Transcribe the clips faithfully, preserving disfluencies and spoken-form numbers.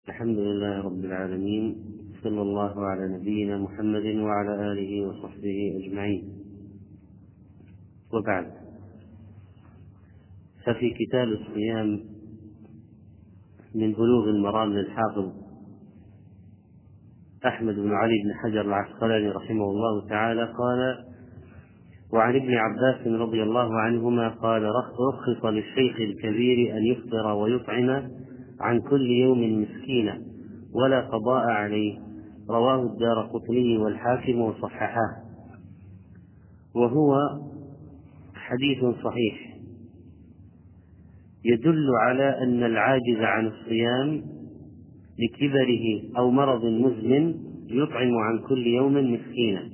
الحمد لله رب العالمين، صلى الله على نبينا محمد وعلى آله وصحبه أجمعين، وبعد. ففي كتاب الصيام من بلوغ المرام للحافظ أحمد بن علي بن حجر العسقلاني رحمه الله تعالى قال: وعن ابن عباس رضي الله عنهما قال: رخص للشيخ الكبير أن يفطر ويطعم عن كل يوم مسكينا ولا قضاء عليه. رواه الدارقطني والحاكم وصححاه، وهو حديث صحيح يدل على أن العاجز عن الصيام لكبره أو مرض مزمن يطعم عن كل يوم مسكينا.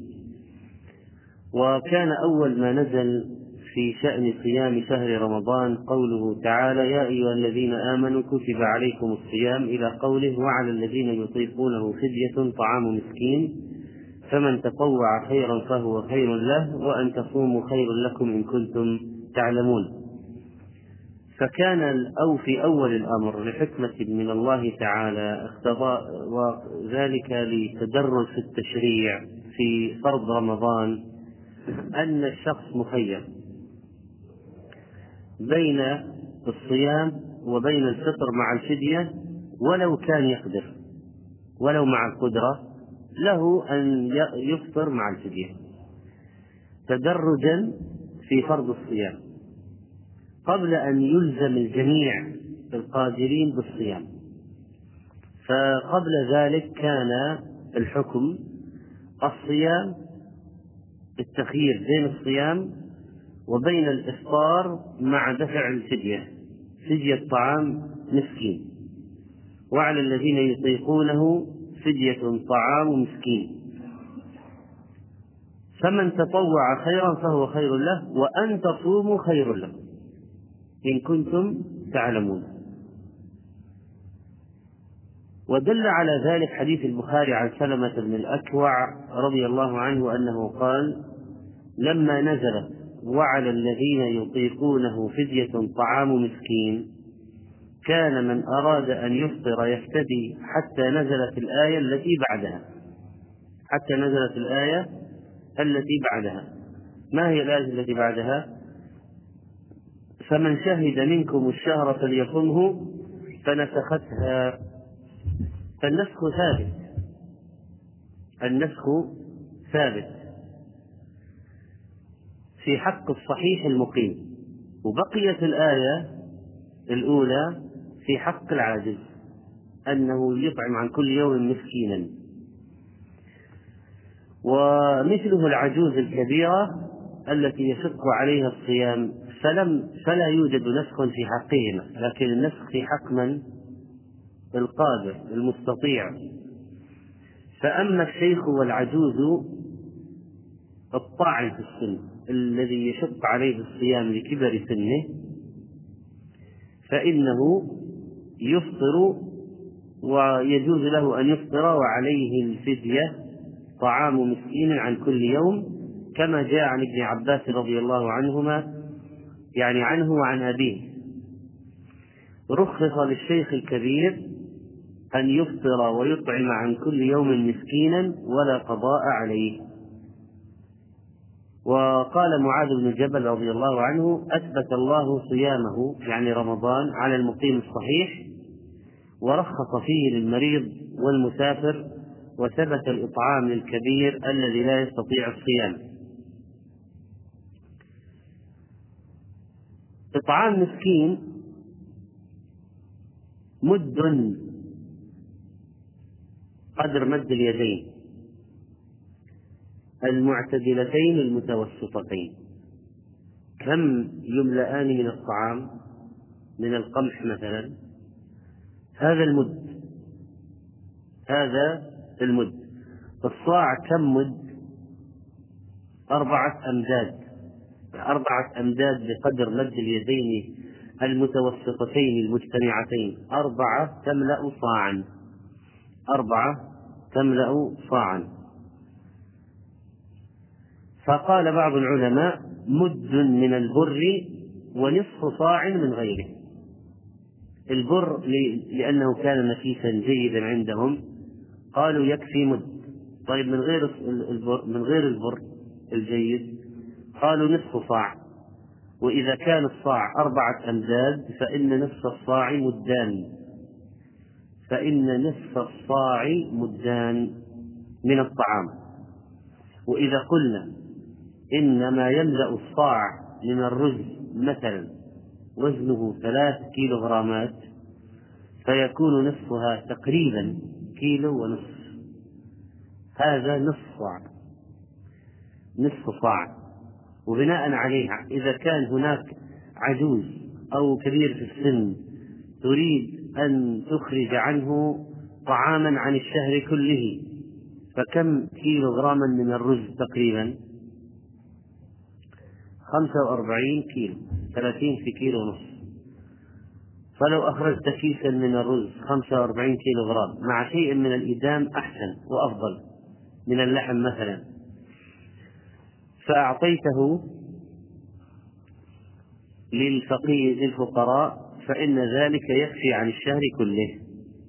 وكان أول ما نزل في شأن صيام شهر رمضان قوله تعالى: يا أيها الذين آمنوا كتب عليكم الصيام، إلى قوله: وعلى الذين يطيقونه فدية طعام مسكين، فمن تطوع خيرا فهو خير له، وأن تصوموا خير لكم إن كنتم تعلمون. فكان أو في أول الأمر لحكمة من الله تعالى اقتضى، وذلك لتدرج في التشريع في فرض رمضان، أن الشخص مخير بين الصيام وبين الفطر مع الفدية، ولو كان يقدر، ولو مع القدرة له أن يفطر مع الفدية تدرجا في فرض الصيام قبل أن يلزم الجميع القادرين بالصيام. فقبل ذلك كان الحكم الصيام، التخيير بين الصيام وبين الإفطار مع دفع الفدية، فدية طعام مسكين، وعلى الذين يطيقونه فدية طعام مسكين، فمن تطوع خيرا فهو خير له، وأن تصوموا خير لكم إن كنتم تعلمون. ودل على ذلك حديث البخاري عن سلمة بن الأكوع رضي الله عنه أنه قال: لما نزلت وعلى الذين يطيقونه فدية طعام مسكين، كان من أراد أن يفطر يفتدي حتى نزلت الآية التي بعدها حتى نزلت الآية التي بعدها ما هي الآية التي بعدها؟ فمن شهد منكم الشهر فليصمه، فنسختها. فالنسخ ثابت النسخ ثابت في حق الصحيح المقيم، وبقيت الآية الأولى في حق العاجز أنه يطعم عن كل يوم مسكينا. ومثله العجوز الكبيرة التي يشق عليها الصيام فلم فلا يوجد نسخ في حقهما، لكن النسخ في حق من؟ القادر المستطيع. فأما الشيخ والعجوز الطاعن في السن الذي يشق عليه الصيام لكبر سنه، فإنه يفطر ويجوز له أن يفطر وعليه الفدية طعام مسكين عن كل يوم، كما جاء عن ابن عباس رضي الله عنهما، يعني عنه وعن أبيه: رخص للشيخ الكبير أن يفطر ويطعم عن كل يوم مسكينا ولا قضاء عليه. وقال معاذ بن جبل رضي الله عنه: أثبت الله صيامه، يعني رمضان، على المقيم الصحيح، ورخص فيه للمريض والمسافر، وثبت الإطعام للكبير الذي لا يستطيع الصيام. إطعام مسكين مد قدر مد اليدين المعتدلتين المتوسطتين. كم يملأان من الطعام؟ من القمح مثلا، هذا المد هذا المد الصاع كم مد؟ أربعة أمداد أربعة أمداد بقدر مد اليدين المتوسطتين المجتمعتين، أربعة تملأ صاعا أربعة تملأ صاعا. فقال بعض العلماء: مد من البر ونصف صاع من غيره، البر لأنه كان نفيسا جيدا عندهم قالوا يكفي مد. طيب من غير البر من غير البر الجيد قالوا نصف صاع، وإذا كان الصاع أربعة أمداد فإن نصف الصاع مدان، فإن نصف الصاع مدان من الطعام. وإذا قلنا إنما يملأ الصاع من الرز مثلا وزنه ثلاث كيلوغرامات فيكون نصفها تقريبا كيلو ونصف، هذا نصف صاع نصف صاع. وبناء عليه إذا كان هناك عجوز أو كبير في السن تريد أن تخرج عنه طعاما عن الشهر كله، فكم كيلوغراما من الرز تقريبا؟ خمسة وأربعين كيلو، ثلاثين في كيلو ونصف. فلو أخرجت كيسا من الرز خمسة وأربعين كيلو غرام مع شيء من الإدام أحسن وأفضل من اللحم مثلا، فأعطيته للفقير للفقراء فإن ذلك يكفي عن الشهر كله.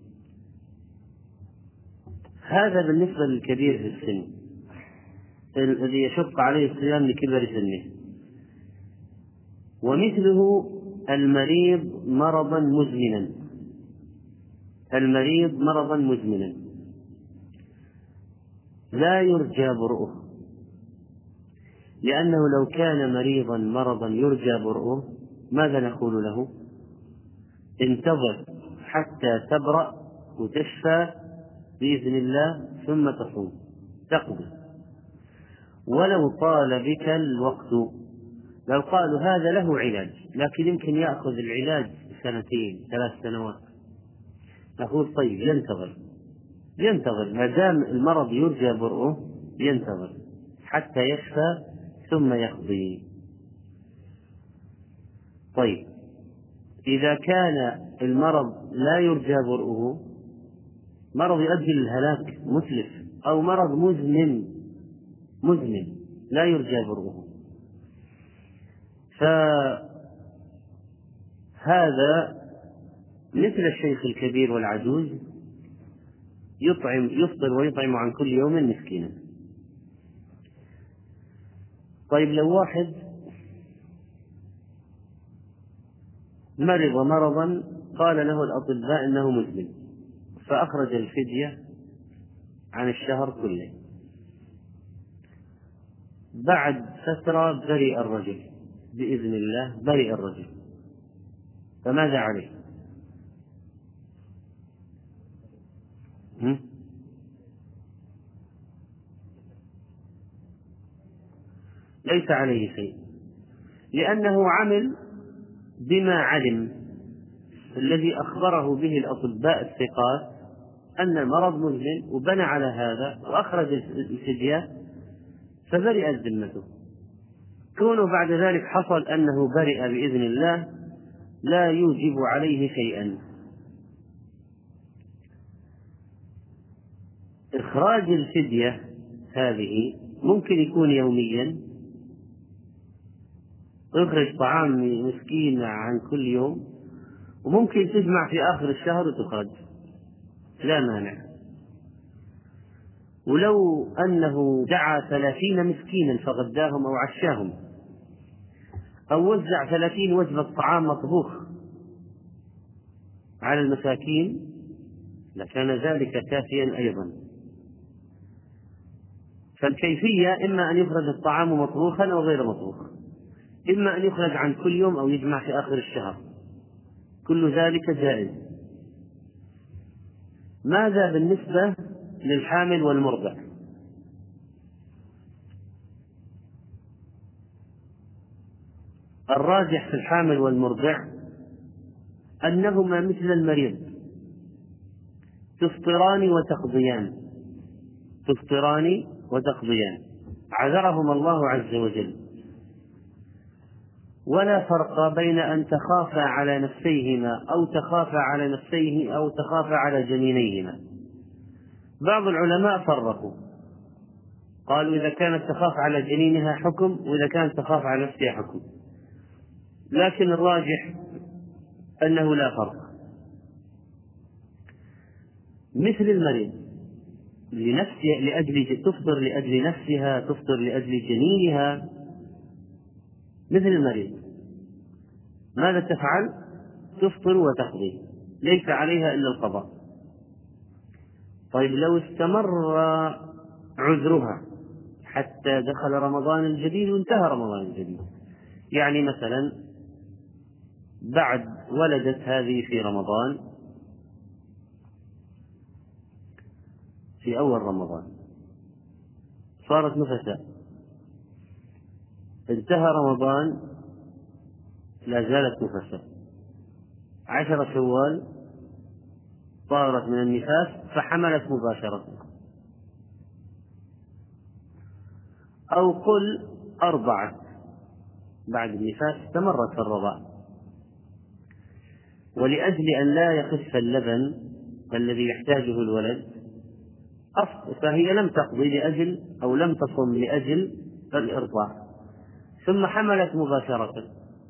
هذا بالنسبة للكبير في السن الذي يشق عليه الصيام لكبر سنه. ومثله المريض مرضا مزمنا، المريض مرضا مزمنا لا يرجى برؤه، لأنه لو كان مريضا مرضا يرجى برؤه ماذا نقول له؟ انتظر حتى تبرأ وتشفى بإذن الله ثم تصوم تقضي. ولو طال بك الوقت، لو قالوا هذا له علاج لكن يمكن يأخذ العلاج سنتين ثلاث سنوات، نقول طيب ينتظر ينتظر ما دام المرض يرجى برؤه ينتظر حتى يشفى ثم يقضي. طيب إذا كان المرض لا يرجى برؤه، مرض يؤدي للهلاك مسلف أو مرض مزمن مزمن لا يرجى برؤه، فهذا مثل الشيخ الكبير والعجوز يطعم يفطر ويطعم عن كل يوم مسكينا. طيب لو واحد مرض مرضا قال له الأطباء إنه مزمن فأخرج الفدية عن الشهر كله، بعد فترة برئ الرجل بإذن الله برئ الرجل، فماذا عليه؟ هم؟ ليس عليه شيء، لأنه عمل بما علم الذي أخبره به الأطباء الثقات أن المرض مزمن وبنى على هذا وأخرج الفدية فبرئت ذمته. كونه بعد ذلك حصل أنه برئ بإذن الله لا يوجب عليه شيئا. إخراج الفدية هذه ممكن يكون يوميا، اخرج طعام مسكين عن كل يوم، وممكن تجمع في آخر الشهر وتخرج لا مانع. ولو أنه دعا ثلاثين مسكينا فغداهم أو عشاهم أو وزع ثلاثين وجبة طعام مطبوخ على المساكين لكان ذلك كافيا أيضا. فالكيفية إما أن يخرج الطعام مطبوخا أو غير مطبوخ، إما أن يخرج عن كل يوم أو يجمع في آخر الشهر، كل ذلك جائز. ماذا بالنسبة للحامل والمرضع؟ الراجح في الحامل والمرضع أنهما مثل المريض تفطران وتقضيان تفطران وتقضيان عذرهما الله عز وجل، ولا فرق بين أن تخافا على نفسيهما أو تخافا على نفسيه أو تخافا على جنينيهما. بعض العلماء فرقوا قالوا إذا كانت تخاف على جنينها حكم وإذا كانت تخاف على نفسها حكم، لكن الراجح أنه لا فرق، مثل المريض لنفسها، لأجل تفطر لأجل نفسها، تفطر لأجل جنينها، مثل المريض. ماذا تفعل؟ تفطر وتقضي، ليس عليها إلا القضاء. طيب لو استمر عذرها حتى دخل رمضان الجديد وانتهى رمضان الجديد، يعني مثلا بعد ولدت هذه في رمضان، في أول رمضان صارت نفساء، انتهى رمضان لا زالت نفساء، عشر شوال طارت من النفاس فحملت مباشرة، أو قل أربعة بعد النفاس استمرت في الرضاع، ولأجل أن لا يخف اللبن الذي يحتاجه الولد فهي لم تقضي لأجل أو لم تصم لأجل الإرضاع، ثم حملت مباشرة،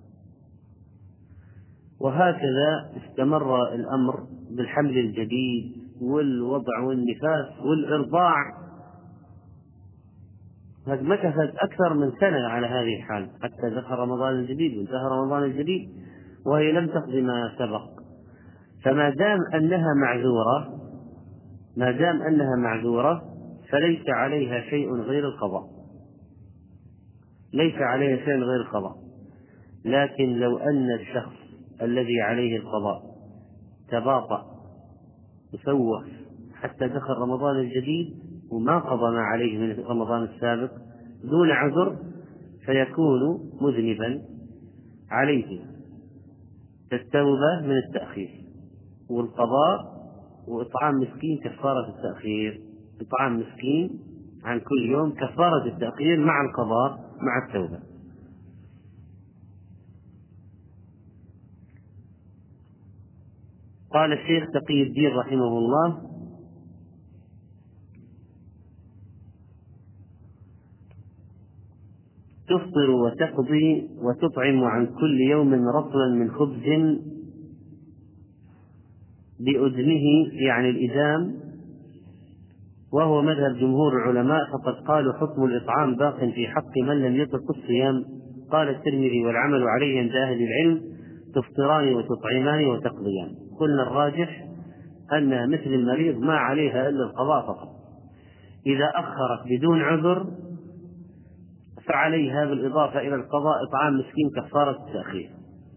وهكذا استمر الأمر بالحمل الجديد والوضع والنفاس والإرضاع، مكثت أكثر من سنة على هذه الحال حتى دخل رمضان الجديد وانتهى رمضان الجديد وهي لم تقضي ما سبق. فما دام أنها معذورة ما دام أنها معذورة فليس عليها شيء غير القضاء، ليس عليها شيء غير القضاء. لكن لو أن الشخص الذي عليه القضاء تباطأ وسوف حتى دخل رمضان الجديد وما قضى ما عليه من رمضان السابق دون عذر، فيكون مذنبا، عليه التوبة من التأخير والقضاء وإطعام مسكين كفارة التأخير، إطعام مسكين عن كل يوم كفارة التأخير مع القضاء مع التوبة. قال الشيخ تقي الدين رحمه الله: تفطر وتقضي وتطعم عن كل يوم رطلا من خبز بأدمه، يعني الإدام، وهو مذهب جمهور العلماء، فقد قالوا حكم الإطعام باق في حق من لم يطق الصيام. قال الترمذي: والعمل عليه عند أهل العلم تفطران وتطعمان وتقضيان. قلنا الراجح أنها مثل المريض ما عليها إلا القضاء فقط، إذا أخرت بدون عذر فعليها بالإضافة إلى القضاء إطعام مسكين كفارة التأخير.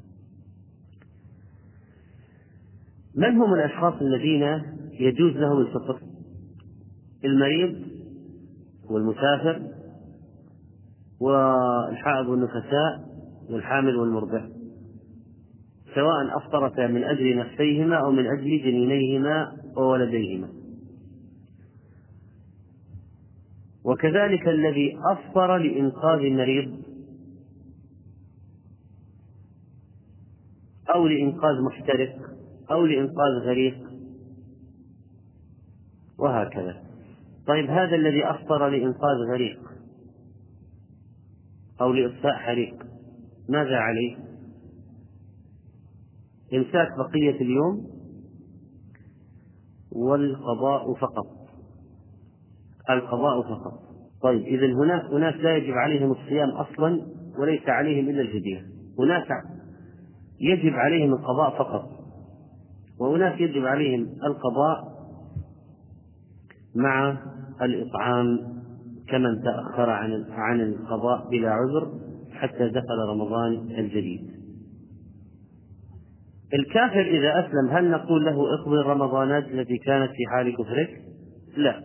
من هم الأشخاص الذين يجوز لهم الفطر؟ المريض والمسافر والحائض والنفساء والحامل والمرضع، سواء أفطرتا من أجل نفسيهما أو من أجل جنينيهما وولديهما. وكذلك الذي أفطر لإنقاذ مريض أو لإنقاذ محترق أو لإنقاذ غريق وهكذا. طيب هذا الذي أفطر لإنقاذ غريق أو لإطفاء حريق ماذا عليه؟ إمساك بقية اليوم والقضاء فقط، القضاء فقط. طيب إذن هناك أناس لا يجب عليهم الصيام أصلا وليس عليهم إلا الفدية، أناس يجب عليهم القضاء فقط، وأناس يجب عليهم القضاء مع الإطعام كمن تأخر عن عن القضاء بلا عذر حتى دخل رمضان الجديد. الكافر إذا أسلم هل نقول له اقضي الرمضانات التي كانت في حال كفرك؟ لا.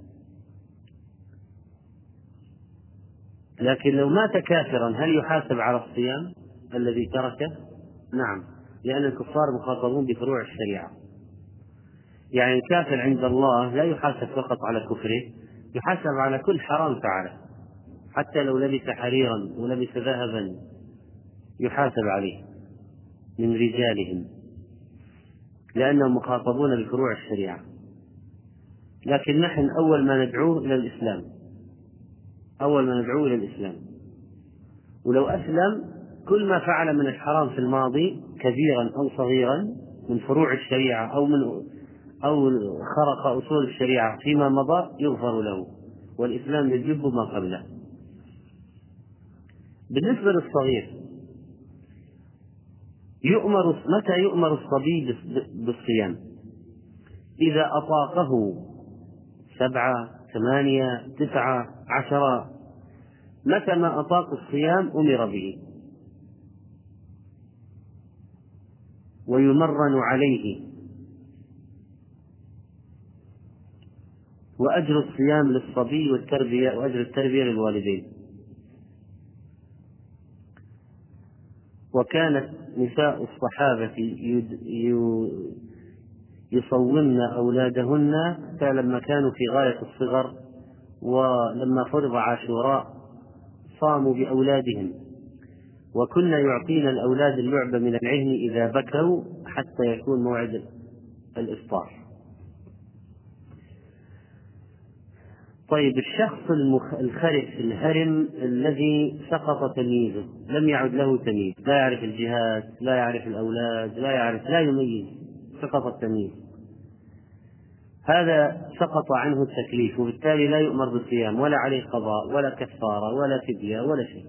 لكن لو مات كافرا هل يحاسب على الصيام الذي تركه؟ نعم، لأن الكفار مخاطبون بفروع الشريعة. يعني الكافر عند الله لا يحاسب فقط على كفره، يحاسب على كل حرام فعله، حتى لو لبس حريرا ولبس ذهبا يحاسب عليه من رجالهم، لأنهم مخاطبون بفروع الشريعة. لكن نحن أول ما ندعوه إلى الإسلام، أول ما ندعوه إلى الإسلام، ولو أسلم كل ما فعل من الحرام في الماضي كبيرا أو صغيرا من فروع الشريعة أو من أو خرق أصول الشريعة فيما مضى يغفر له، والإسلام يجب ما قبله. بالنسبة للصغير، يؤمر متى يؤمر الصبي بالصيام؟ إذا أطاقه سبعة ثمانية تسعة عشرة، متى ما أطاق الصيام أمر به ويمرن عليه، وأجر الصيام للصبي والتربية وأجر التربية للوالدين. وكانت نساء الصحابة يصومن أولادهن لما كانوا في غاية الصغر، ولما فرض عاشوراء صاموا بأولادهم، وكنا يعطينا الأولاد اللعبة من العهن إذا بكوا حتى يكون موعد الإفطار. طيب، الشخص الخرف الهرم الذي سقط تمييزه، لم يعد له تمييز، لا يعرف الجهات، لا يعرف الأولاد، لا يعرف لا يميز، سقط التمييز، هذا سقط عنه التكليف، وبالتالي لا يؤمر بالصيام ولا عليه قضاء ولا كفارة ولا فدية ولا شيء،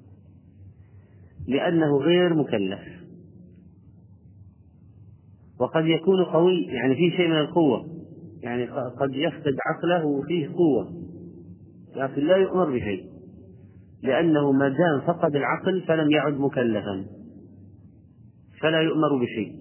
لأنه غير مكلف. وقد يكون قوي، يعني فيه شيء من القوة، يعني قد يفقد عقله وفيه قوة، لكن لا يؤمر بشيء، لأنه ما دام فقد العقل فلم يعد مكلفا، فلا يؤمر بشيء.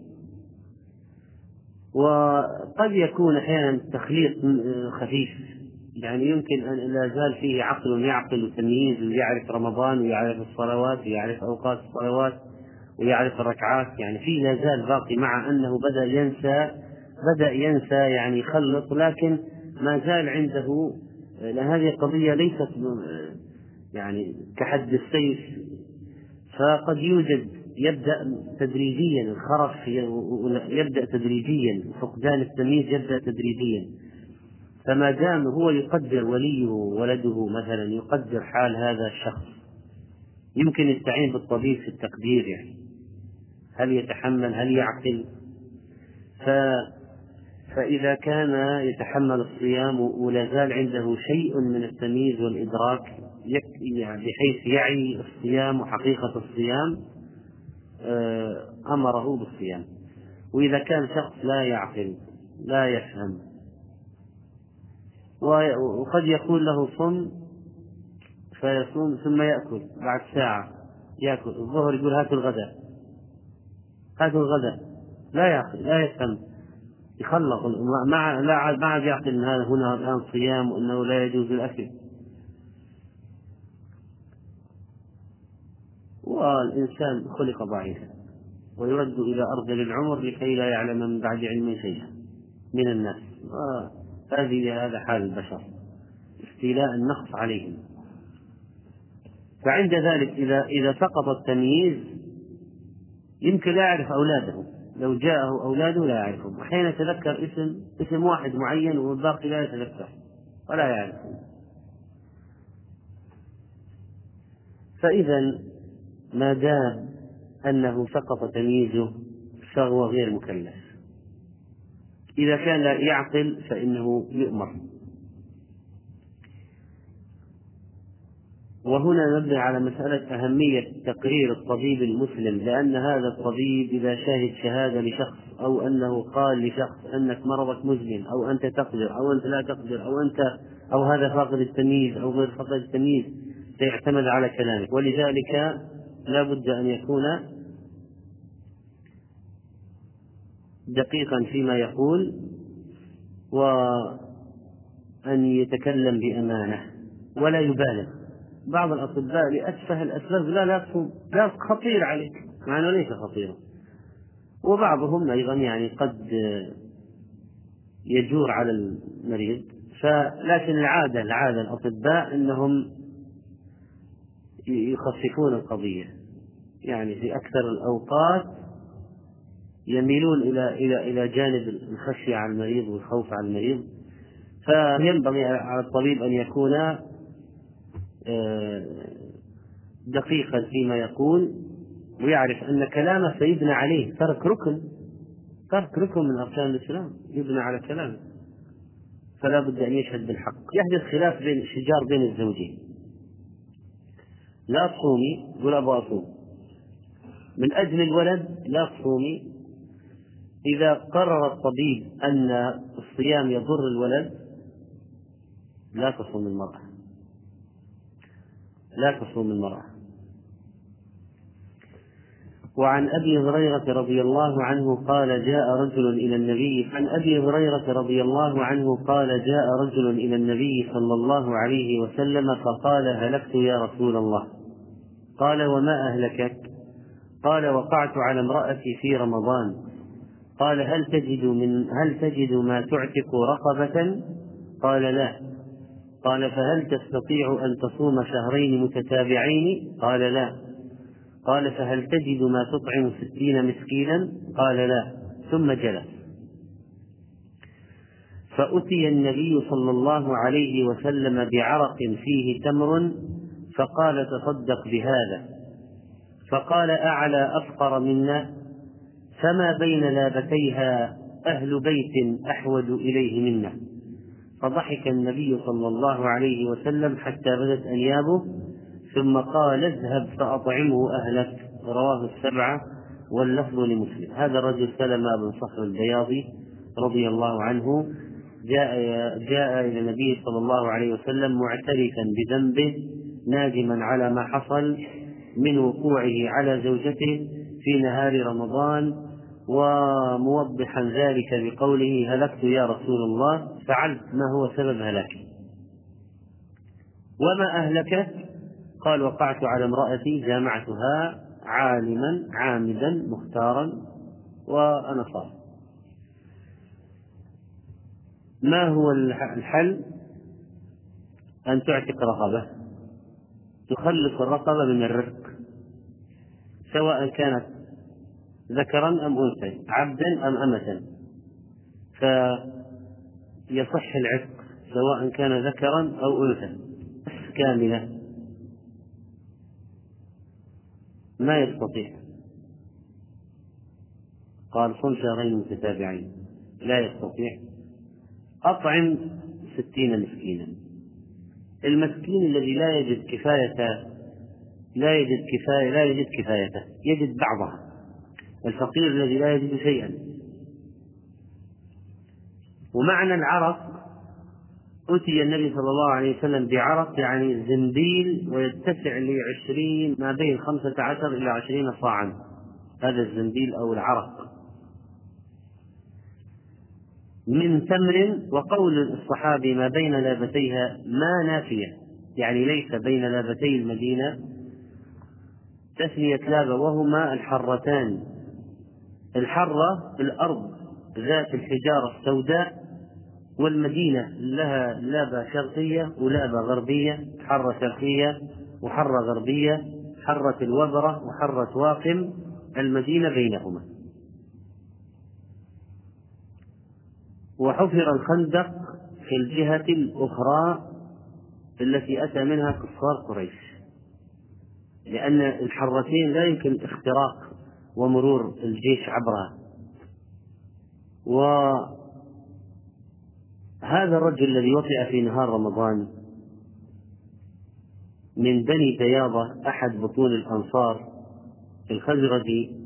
وقد يكون أحيانا تخليط خفيف، يعني يمكن أن لا زال فيه عقل يعقل وتمييز، ويعرف رمضان ويعرف الصلوات ويعرف أوقات الصلوات ويعرف الركعات، يعني فيه لا زال باقي، مع أنه بدأ ينسى بدأ ينسى يعني يخلط، لكن ما زال عنده، لأن هذه القضية ليست يعني كحد السيف، فقد يوجد يبدأ تدريجيا الخرف، يبدأ تدريجيا فقدان التمييز، يبدأ تدريجيا. فما دام هو يقدر وليه ولده مثلا يقدر حال هذا الشخص، يمكن يستعين بالطبيب في التقدير، يعني هل يتحمل، هل يعقل. ف فإذا كان يتحمل الصيام ولا زال عنده شيء من التمييز والإدراك، يعني بحيث يعي الصيام وحقيقة الصيام، أمره بالصيام. وإذا كان شخص لا يعقل لا يفهم، وقد يكون له صم فيصوم ثم يأكل بعد ساعة، يأكل الظهر يقول هاتوا الغداء هاتوا الغداء، لا يعقل لا يفهم، يخلط مع لا عاد يعقل ان هذا هنا الان صيام وانه لا يجوز الاكل. والانسان خلق ضعيفا ويرد الى ارذل العمر لكي لا يعلم من بعد علم شيئا من الناس، هذه هذا حال البشر، استيلاء النقص عليهم. فعند ذلك إذا إذا سقط التمييز يمكن لا يعرف أولاده، لو جاءه أولاده لا يعرفهم، أحيانا يتذكر اسم اسم واحد معين والباقي لا يتذكر ولا يعرفهم. فإذا ما دام أنه سقط تمييزه فهو غير مكلف. إذا كان لا يعقل فإنه يؤمر. وهنا نبني على مسألة أهمية تقرير الطبيب المسلم، لأن هذا الطبيب إذا شاهد شهادة لشخص أو أنه قال لشخص أنك مرضك مزمن أو أنت تقدر أو أنت لا تقدر أو أنت أو هذا فاقد التمييز أو غير فاقد التمييز، سيعتمد على كلامك. ولذلك لا بد أن يكون دقيقا فيما يقول، وأن يتكلم بأمانة ولا يبالغ. بعض الأطباء لأتفه الأسباب لا لا لا خطير عليك، مع أنه ليس خطيرا، وبعضهم أيضا يعني قد يجور على المريض. فلكن العادة العادة الأطباء أنهم يخففون القضية، يعني في أكثر الأوقات يميلون إلى إلى إلى جانب الخشية على المريض والخوف على المريض. فينبغي على الطبيب أن يكون دقيقا فيما يقول، ويعرف أن كلامه سيبنى عليه ترك ركن، ترك ركن من أركان الإسلام يبنى على كلامه، فلا بد أن يشهد بالحق. يحدث خلاف بين شجار بين الزوجين، لا تصومي يقول أبغى أصوم، من أجل الولد لا تصومي. إذا قرر الطبيب أن الصيام يضر الولد لا تصوم المرأة، لا تصوم المرأة. وعن أبي هريرة رضي الله عنه قال جاء رجل إلى النبي عن أبي هريرة رضي الله عنه قال جاء رجل إلى النبي صلى الله عليه وسلم فقال هلكت يا رسول الله. قال وما أهلكك؟ قال وقعت على امرأتي في رمضان. قال هل تجد من هل تجد ما تعتق رقبة؟ قال لا. قال فهل تستطيع أن تصوم شهرين متتابعين؟ قال لا. قال فهل تجد ما تطعم ستين مسكينا؟ قال لا. ثم جلس. فأتي النبي صلى الله عليه وسلم بعرق فيه تمر فقال تصدق بهذا. فقال أعلى أفقر منا؟ فما بين لابتيها أهل بيت أحوج إليه منا. فضحك النبي صلى الله عليه وسلم حتى بدت أنيابه ثم قال اذهب فأطعمه أهلك. رواه السبعة واللفظ لمسلم. هذا الرجل سلمة بن صخر البياضي رضي الله عنه جاء, جاء إلى النبي صلى الله عليه وسلم معترفا بذنبه نادما على ما حصل من وقوعه على زوجته في نهار رمضان، وموضحا ذلك بقوله هلكت يا رسول الله، فعلت ما هو سبب هلاكي. وما أهلكت؟ قال وقعت على امرأتي جامعتها عالما عامدا مختارا وأنا صار. ما هو الحل؟ أن تعتق رقبة، تخلص الرقبة من الرق سواء كانت ذكرا أم أنثى، عبدا أم أمة، فيصح العتق سواء كان ذكرا أو أنثى كاملة. ما يستطيع، قال صم شهرين متتابعين، لا يستطيع. أطعم ستين مسكينا. المسكين الذي لا يجد كفاية لا يجد كفاية لا يجد كفايته يجد بعضها، الفقير الذي لا يجد شيئا. ومعنى العرق أتي النبي صلى الله عليه وسلم بعرق يعني زنبيل ويتسع لعشرين ما بين خمسة عشر إلى عشرين صاعا، هذا الزنبيل أو العرق من تمر. وقول الصحابي ما بين لابتيها ما نافية، يعني ليس بين لابتي المدينة تسمية لابة وهما الحرتان. الحرة الأرض ذات الحجارة السوداء، والمدينة لها لابة شرقية ولابة غربية، حرة شرقية وحرة غربية، حرة الوبرة وحرة واقم، المدينة بينهما. وحفر الخندق في الجهة الأخرى التي أتى منها كفار قريش، لأن الحرتين لا يمكن اختراق ومرور الجيش عبرها. وهذا الرجل الذي وطئ في نهار رمضان من بني بياضة أحد بطون الأنصار الخزرجي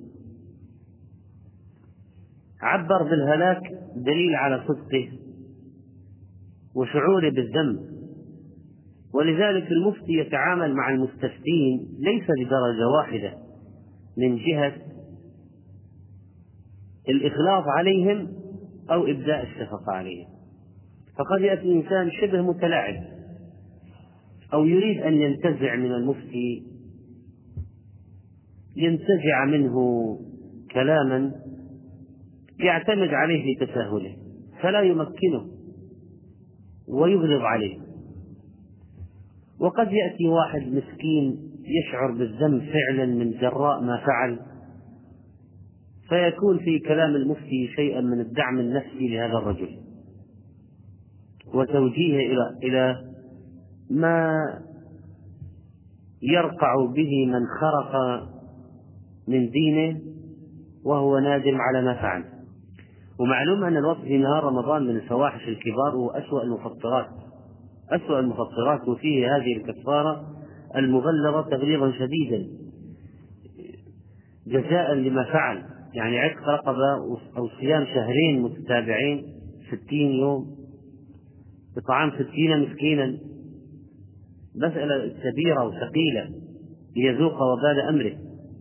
عبر بالهلاك دليل على صدقه وشعوره بالذنب. ولذلك المفتي يتعامل مع المستفتين ليس بدرجة واحدة من جهة الإخلاص عليهم أو إبداء الشفقة عليهم. فقد يأتي إنسان شبه متلاعب أو يريد أن ينتزع من المفتي، ينتزع منه كلاما يعتمد عليه في تساهله فلا يمكنه ويغلظ عليه. وقد يأتي واحد مسكين يشعر بالذنب فعلا من جراء ما فعل، فيكون في كلام المفتي شيئا من الدعم النفسي لهذا الرجل وتوجيهه إلى إلى ما يرقع به من خرق من دينه وهو نادم على ما فعل. ومعلوم أن الوقت في نهار رمضان من الفواحش الكبار وأسوأ المفطرات، أسوأ المفطرات، وفيه هذه الكفارة المبلغة تبليغا شديدا جزاء لما فعل، يعني عتق رقبة أو صيام شهرين متتابعين ستين يوم بطعام ستين مسكينا، مسألة كبيرة وثقيلة ليذوق وبال أمره.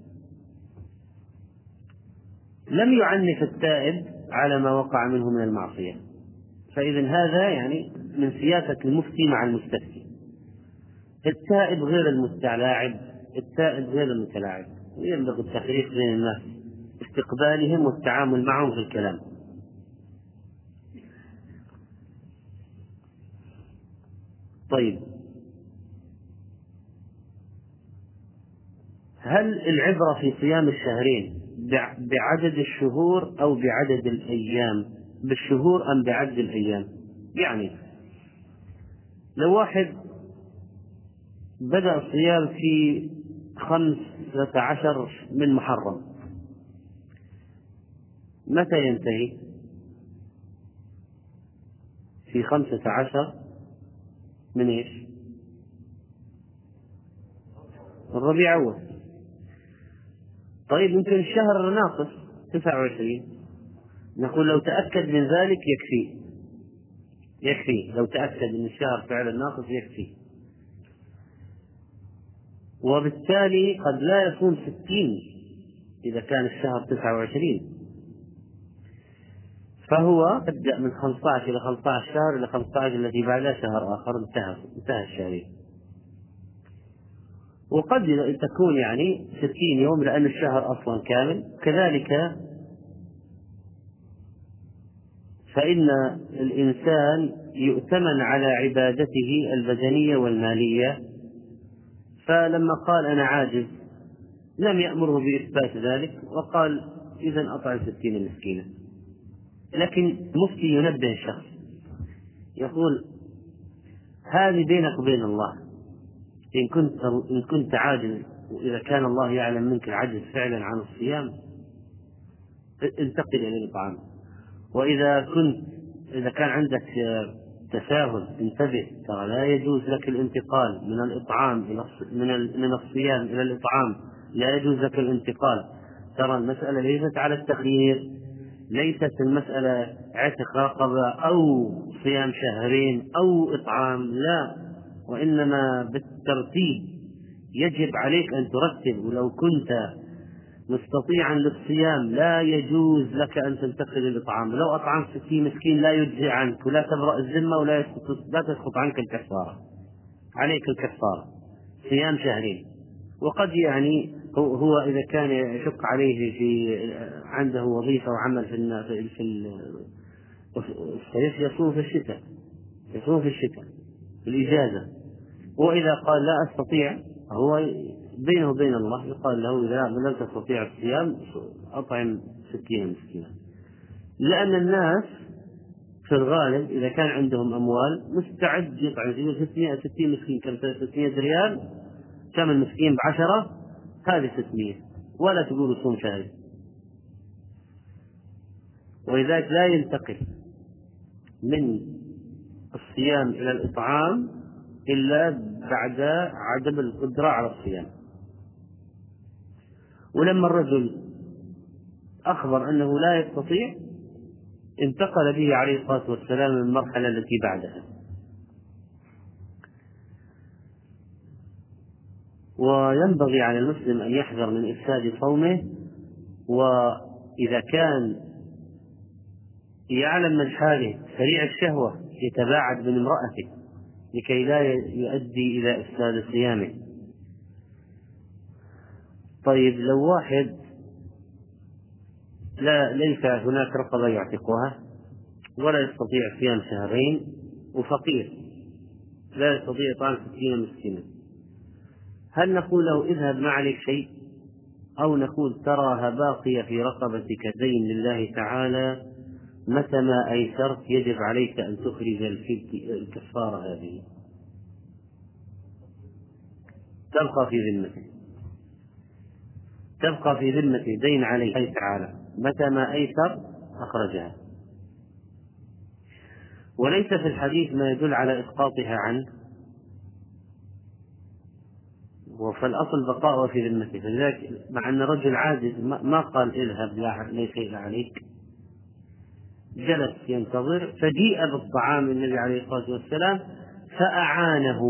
لم يعنف التائب على ما وقع منه من المعصية، فإذا هذا يعني من سياسة المفتي مع المستفتي. التائب غير المتلاعب، التائب غير المتلاعب، وينبغي التفريق بين الناس، استقبالهم والتعامل معهم في الكلام. طيب، هل العبرة في صيام الشهرين بعدد الشهور أو بعدد الأيام؟ بالشهور أم بعدد الأيام؟ يعني لو واحد بدأ الصيام في خمسة عشر من محرم، متى ينتهي؟ في خمسة عشر من إيش؟ الربيع أول. طيب يمكن الشهر ناقص تسعة وعشرين، نقول لو تأكد من ذلك يكفي، يكفي لو تأكد أن الشهر فعلا ناقص يكفي، وبالتالي قد لا يكون ستين إذا كان الشهر تسعة وعشرين، فهو يبدأ من خمسة عشر إلى خمسة عشر شهر إلى خمسة عشر التي بعدها شهر آخر، انتهى انتهى الشهرين. وقد تكون يعني ستين يوم لأن الشهر أصلا كامل. كذلك فإن الإنسان يؤتمن على عبادته البدنية والمالية، فلما قال أنا عاجز لم يأمره بإثبات ذلك، وقال إذن أطعم ستين مسكينا. لكن مفتي ينبه الشخص يقول هذه بينك وبين الله، إن كنت, إن كنت عاجز، وإذا كان الله يعلم منك العجز فعلا عن الصيام انتقل إلى الإطعام، وإذا كنت إذا كان عندك تساهل انتبه، ترى لا يجوز لك الانتقال من الإطعام إلى من من الصيام إلى الإطعام، لا يجوز لك الانتقال. ترى المسألة ليست على التخيير، ليست المسألة عتق رقبة أو صيام شهرين أو إطعام، لا، وإنما بالترتيب يجب عليك أن ترتب. ولو كنت مستطيعا للصيام لا يجوز لك أن تنتقل للإطعام، لو أطعمت ستين مسكين لا يجزي عنك ولا تبرأ الذمة ولا لا تسقط عنك الكفارة، عليك الكفارة صيام شهرين. وقد يعني هو إذا كان يشق عليه في عنده وظيفة وعمل في في الصيف يصوم في الشتاء، يصوم في الشتاء في الإجازة، وإذا قال لا أستطيع هو بينه وبين الله يقال له إذا لم تستطيع الصيام أطعم ستين مسكينا. لأن الناس في الغالب إذا كان عندهم أموال مستعد يطعم ستين مسكين، كم ستمائة ريال، كم المسكين بعشرة، هذه ستمائة، ولا تقول صوم شهري. ولذلك لا ينتقل من الصيام إلى الإطعام إلا بعد عدم القدرة على الصيام. ولما الرجل أخبر أنه لا يستطيع انتقل به عليه الصلاة والسلام من المرحلة التي بعدها. وينبغي على المسلم أن يحذر من إفساد صومه، وإذا كان يعلم من حاله سريع الشهوة يتباعد من امرأته لكي لا يؤدي إلى إفساد صيامه. طيب لو واحد لا ليس هناك رقبة يعتقها ولا يستطيع صيام شهرين وفقير لا يستطيع إطعام ستين مسكينا، هل نقول له اذهب ما عليك شيء، أو نقول تراها باقية في رقبتك دين لله تعالى، متى ما أيسرت يجب عليك أن تخرج الكفارة هذه، تبقى في ذمته، تبقى في ذمته دين عليه تعالى، متى ما أيسر أخرجها، وليس في الحديث ما يدل على إسقاطها عنه، فالأصل بقاء في ذمته. فلذلك مع أن رجل عاجز ما قال اذهب لا ليس إلا عليك، جلس ينتظر، فجيء بالطعام النبي عليه الصلاة والسلام فأعانه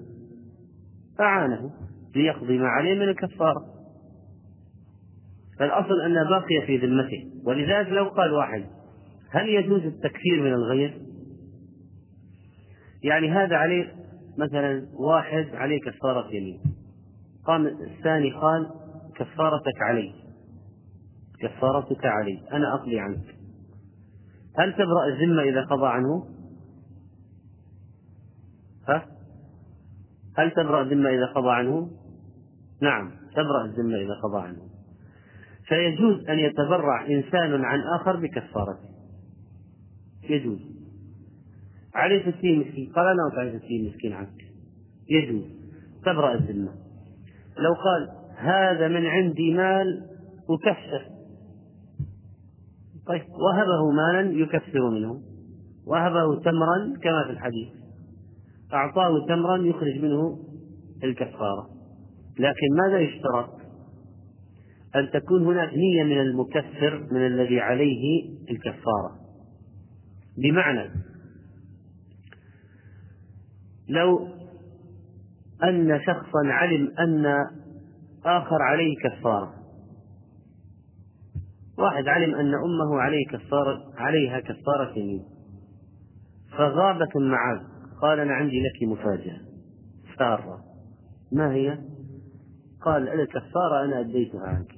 أعانه ليقضي ما عليه من الكفارة، فالأصل أن باقي في ذمته. ولذلك لو قال واحد هل يجوز التكفير من الغير؟ يعني هذا عليه مثلا واحد عليه كفارة يمين، قام الثاني قال كفارتك علي، كفارتك علي أنا أقضي عنك، هل تبرأ الذمة إذا قضى عنه؟ ها؟ هل تبرأ الذمة إذا قضى عنه؟ نعم تبرأ الذمة إذا قضى عنه. فيجوز أن يتبرع إنسان عن آخر بكفارته، يجوز. عليه ستين مسكين، قال أنا أطعم ستين مسكين عنك، يجوز، تبرأ الذمة. لو قال هذا من عندي مال أكفر، طيب وهبه مالا يكفر منه، وهبه تمرا كما في الحديث، أعطاه تمرا يخرج منه الكفارة، لكن ماذا يشترط؟ أن تكون هناك نية من المكفر من الذي عليه الكفارة. بمعنى لو أن شخصا علم أن آخر عليه كفارة، واحد علم أن أمه عليه كفارة عليها كفارة يمين، فغابت معه، قال أنا عندي لك مفاجأة سارة، ما هي؟ قال الكفارة أنا أديتها عنك،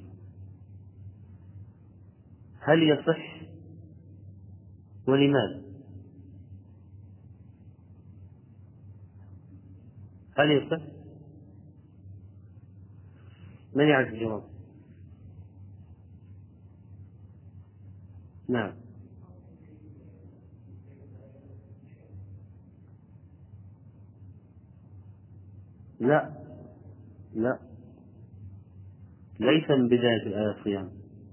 هل يصح ولماذا؟ هل يصح؟ من يعرف الجواب؟ نعم. لا لا ليس من بداية الآية الصيام،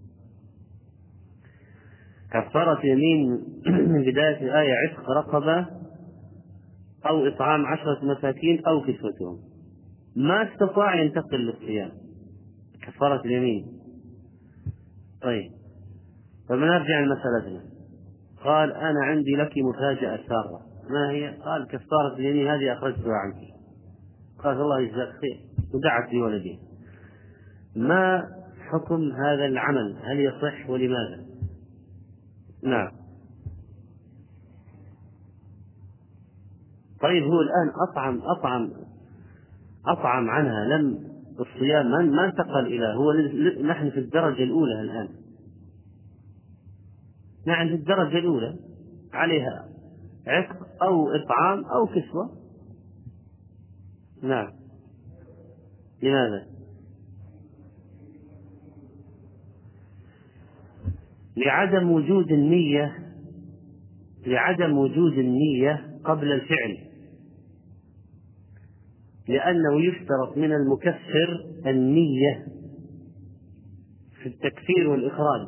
كفارة يمين من بداية الآية عتق رقبة أو إطعام عشرة مساكين أو كسوتهم، ما استطاع ينتقل للصيام، كفارة اليمين. طيب فبنرجع لمسألتنا، قال أنا عندي لك مفاجأة سارة، ما هي؟ قال كفارة اليمين هذه أخرجتها عنك، قال الله يجزاك خير ودعت لولدي. ما حكم هذا العمل؟ هل يصح ولماذا؟ نعم. طيب هو الآن أطعم أطعم أطعم عنها، لم الصيام ما انتقل إلى هو، نحن في الدرجة الأولى الآن، نحن في الدرجة الأولى عليها عتق أو إطعام أو كسوة. نعم. لماذا؟ لعدم وجود النية، لعدم وجود النية قبل الفعل، لأنه يشترط من المكفر النية في التكفير والإخراج،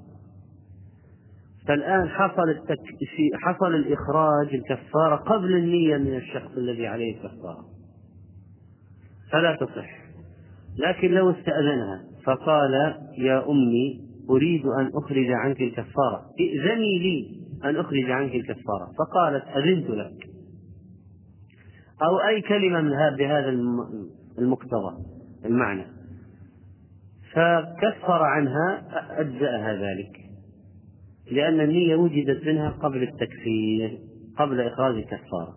فالآن حصل التك... حصل الإخراج الكفارة قبل النية من الشخص الذي عليه الكفارة، فلا تصح. لكن لو استأذنها فقال يا أمي أريد أن أخرج عنك الكفارة، ائذني لي أن أخرج عنك الكفارة، فقالت أذنت لك، أو أي كلمة من هذا بهذا المقتضى المعنى، فكفر عنها، أجزأها ذلك، لأن النية وجدت منها قبل التكفير، قبل إخراج الكفارة.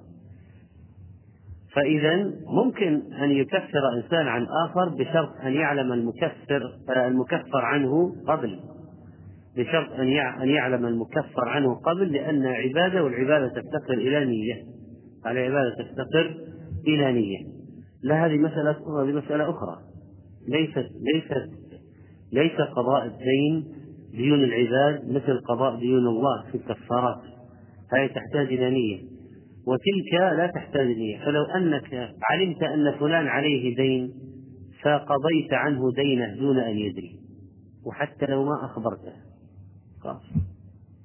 فإذا ممكن أن يكفر إنسان عن آخر بشرط أن يعلم المكفر المكفر عنه قبل، بشرط أن يعلم المكفر عنه قبل، لأن عبادة، والعبادة تفتقر إلى نية، العبادة تفتقر إلى نية. لا، هذه مسألة هذه مسألة أخرى، ليست ليست ليس قضاء الدين ديون العباد مثل قضاء ديون الله في الكفارات، هذه تحتاج إلى نية، وتلك لا تحتاج نية. فلو أنك علمت أن فلان عليه دين فقضيت عنه دينه دون أن يدري، وحتى لو ما أخبرته،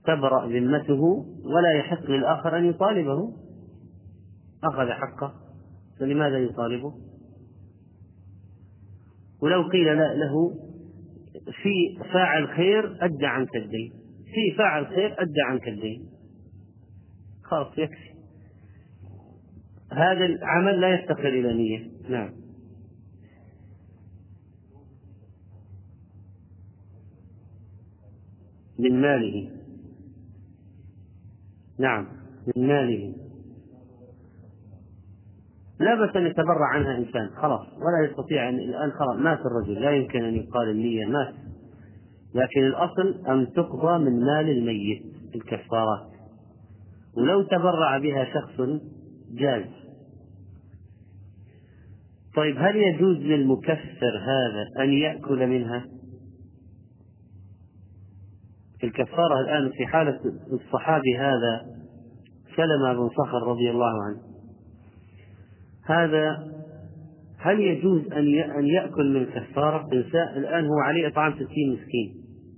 تبرأ ذمته ولا يحق للآخر أن يطالبه، أخذ حقه فلماذا يطالبه؟ ولو قيل له في فاعل خير أدى عنك الدين، في فاعل خير أدى عنك الدين، خلاص يكفي، هذا العمل لا يفتقر إلى نية. نعم. من ماله، نعم من ماله، لا بس أن يتبرع عنها إنسان خلاص ولا يستطيع أن الآن خلاص مات الرجل لا يمكن أن يقال النية مات، لكن الأصل أن تقضى من مال الميت الكفارات، ولو تبرع بها شخص جاز. طيب هل يجوز للمكفر هذا أن يأكل منها؟ الكفارة الآن في حالة الصحابي هذا سلمة بن صخر رضي الله عنه، هذا هل يجوز أن يأكل من كفارة إنسان الآن هو عليه إطعام ستين مسكين،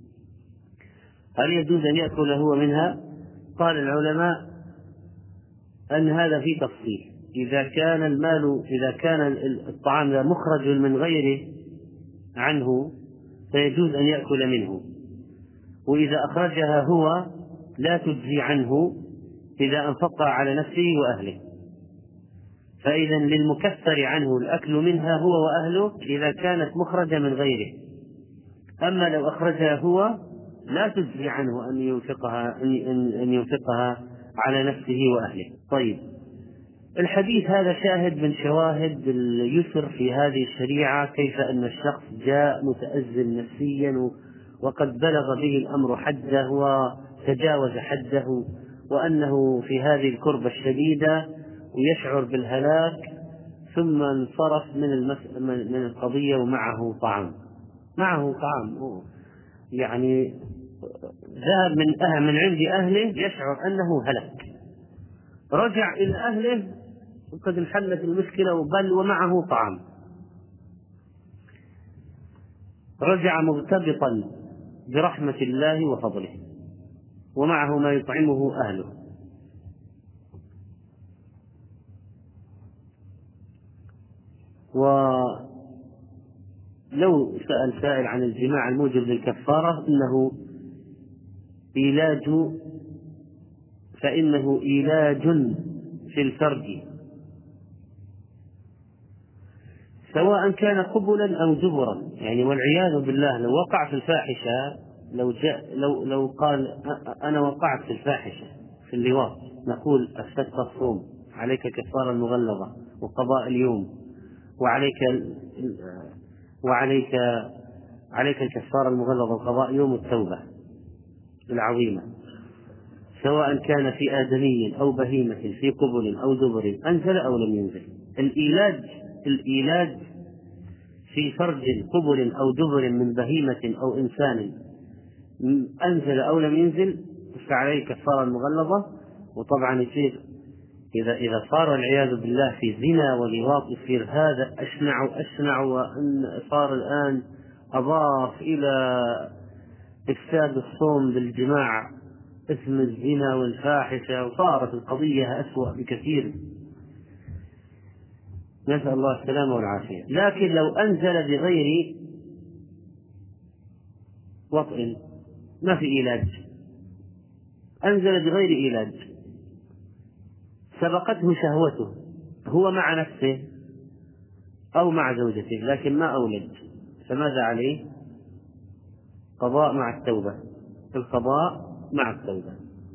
هل يجوز أن يأكل هو منها؟ قال العلماء أن هذا فيه تفصيل، إذا كان المال إذا كان الطعام مخرج من غيره عنه فيجوز أن يأكل منه، وإذا أخرجها هو لا تجزي عنه إذا أنفقها على نفسه وأهله، فإذا للمكفر عنه الأكل منها هو وأهله إذا كانت مخرجة من غيره، أما لو أخرجها هو لا تجزي عنه أن ينفقها أن ينفقها على نفسه وأهله. طيب الحديث هذا شاهد من شواهد اليسر في هذه الشريعة، كيف أن الشخص جاء متأزم نفسيا وقد بلغ به الأمر حده وتجاوز حده، وأنه في هذه الكربة الشديدة ويشعر بالهلاك، ثم انصرف من, المس... من القضية ومعه طعام معه طعام يعني ذهب من أهل من عند أهله يشعر أنه هلك، رجع إلى أهله وقد انحلت المشكلة بل ومعه طعام، رجع مغتبطا برحمة الله وفضله ومعه ما يطعمه أهله. ولو سأل سائل عن الجماع الموجب للكفارة إنه علاج فإنه علاج في الفرج سواء كان قبلا أو دبرا، يعني والعياذ بالله لو وقع في الفاحشة، لو جاء لو لو قال أنا وقعت في الفاحشة في اللواط، نقول أفسدت الصوم، عليك كفارة المغلظة وقضاء اليوم، وعليك وعليك عليك الكفارة المغلظة وقضاء يوم التوبة العظيمة، سواء كان في آدمي أو بهيمة في قبل أو دبر أنزل أو لم ينزل. الإيلاج الإيلاج في فرج قبل أو دبر من بهيمة أو إنسان أنزل أو لم ينزل فعليه كفارة المغلظة. وطبعا يصير إذا إذا صار العياذ بالله في زنا ولواط يصير هذا أشنع وأشنع، وأن صار الآن أضاف إلى إفساد الصوم بالجماع اسم الزنا والفاحشة، وصارت القضية أسوأ بكثير، نسأل الله السلامة والعافية. لكن لو أنزل بغير وطئ ما في علاج، أنزل بغير علاج، سبقته شهوته هو مع نفسه أو مع زوجته لكن ما أولد، فماذا عليه؟ قضاء مع التوبة، القضاء مع التوبة.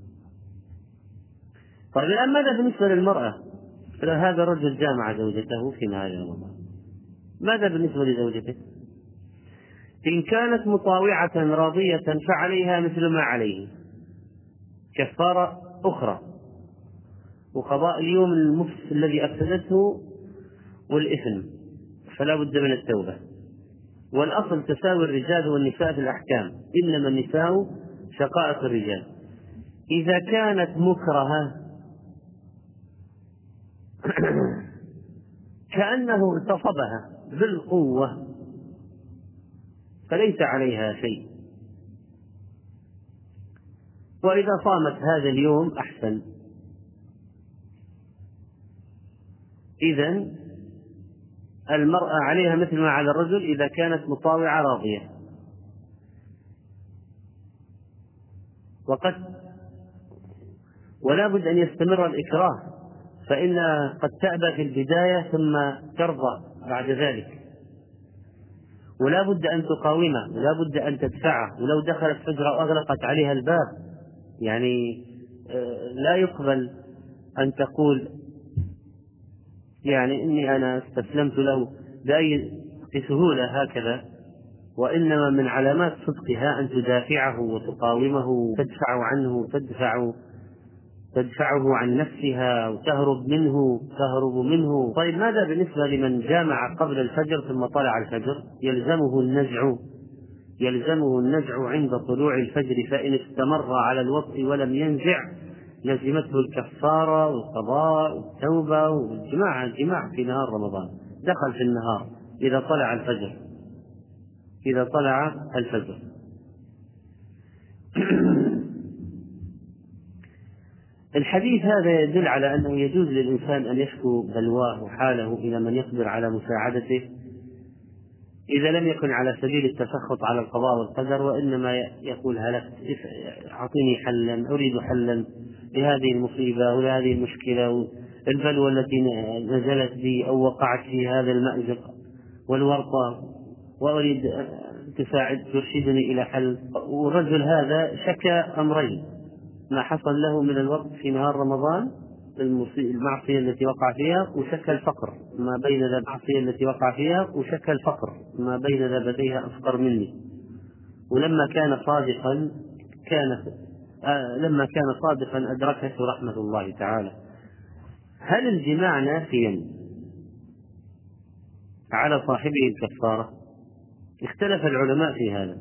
طيب الآن ماذا بالنسبة للمرأة؟ هذا الرجل جامع زوجته في نهار رمضان، ماذا بالنسبة لزوجته؟ إن كانت مطاوعة راضية فعليها مثل ما عليه كفارة أخرى وقضاء اليوم المفسد الذي أفسدته والإثم، فلا بد من التوبة. والأصل تساوي الرجال والنساء في الأحكام، إنما النساء شقائق الرجال. إذا كانت مكرهة كأنه اغتصبها بالقوة فليس عليها شيء، وإذا صامت هذا اليوم أحسن. إذن المرأة عليها مثل ما على الرجل إذا كانت مطاوعة راضية. وقد ولا بد أن يستمر الإكراه، فإن قد تأبى في البداية ثم ترضى بعد ذلك، ولا بد أن تقاومه، ولا بد أن تدفعه، ولو دخلت فجرة وأغلقت عليها الباب يعني لا يقبل أن تقول يعني إني أنا استسلمت له بأي بسهولة هكذا، وإنما من علامات صدقها أن تدافعه وتقاومه وتدفع عنه تدفع تدفعه عن نفسها وتهرب منه تهرب منه. طيب ماذا بالنسبة لمن جامع قبل الفجر ثم طلع الفجر؟ يلزمه النزع يلزمه النزع عند طلوع الفجر، فإن استمر على الوطء ولم ينزع لزمته الكفارة والقضاء والتوبة والجماع الجماع في نهار رمضان. دخل في النهار إذا طلع الفجر إذا طلع الفجر الحديث هذا يدل على أنه يجوز للإنسان أن يشكو بلواه وحاله إلى من يقدر على مساعدته، إذا لم يكن على سبيل التسخط على القضاء والقدر، وإنما يقول هلكت أعطيني حلا، أريد حلا لهذه المصيبة ولهذه المشكلة البلوى التي نزلت بي أو وقعت في هذا المأزق والورطة، وأريد تساعد ترشدني إلى حل. والرجل هذا شكى أمرين: ما حصل له من الوقت في نهار رمضان المعصية التي وقع فيها، وشك الفقر ما بين ذا المعصية التي وقع فيها وشك الفقر ما بين ذا بديها أفقر مني. ولما كان صادقا كان آه لما كان صادقا أدركته رحمة الله تعالى. هل الجماع نافيا على صاحبه الكفارة؟ اختلف العلماء في هذا،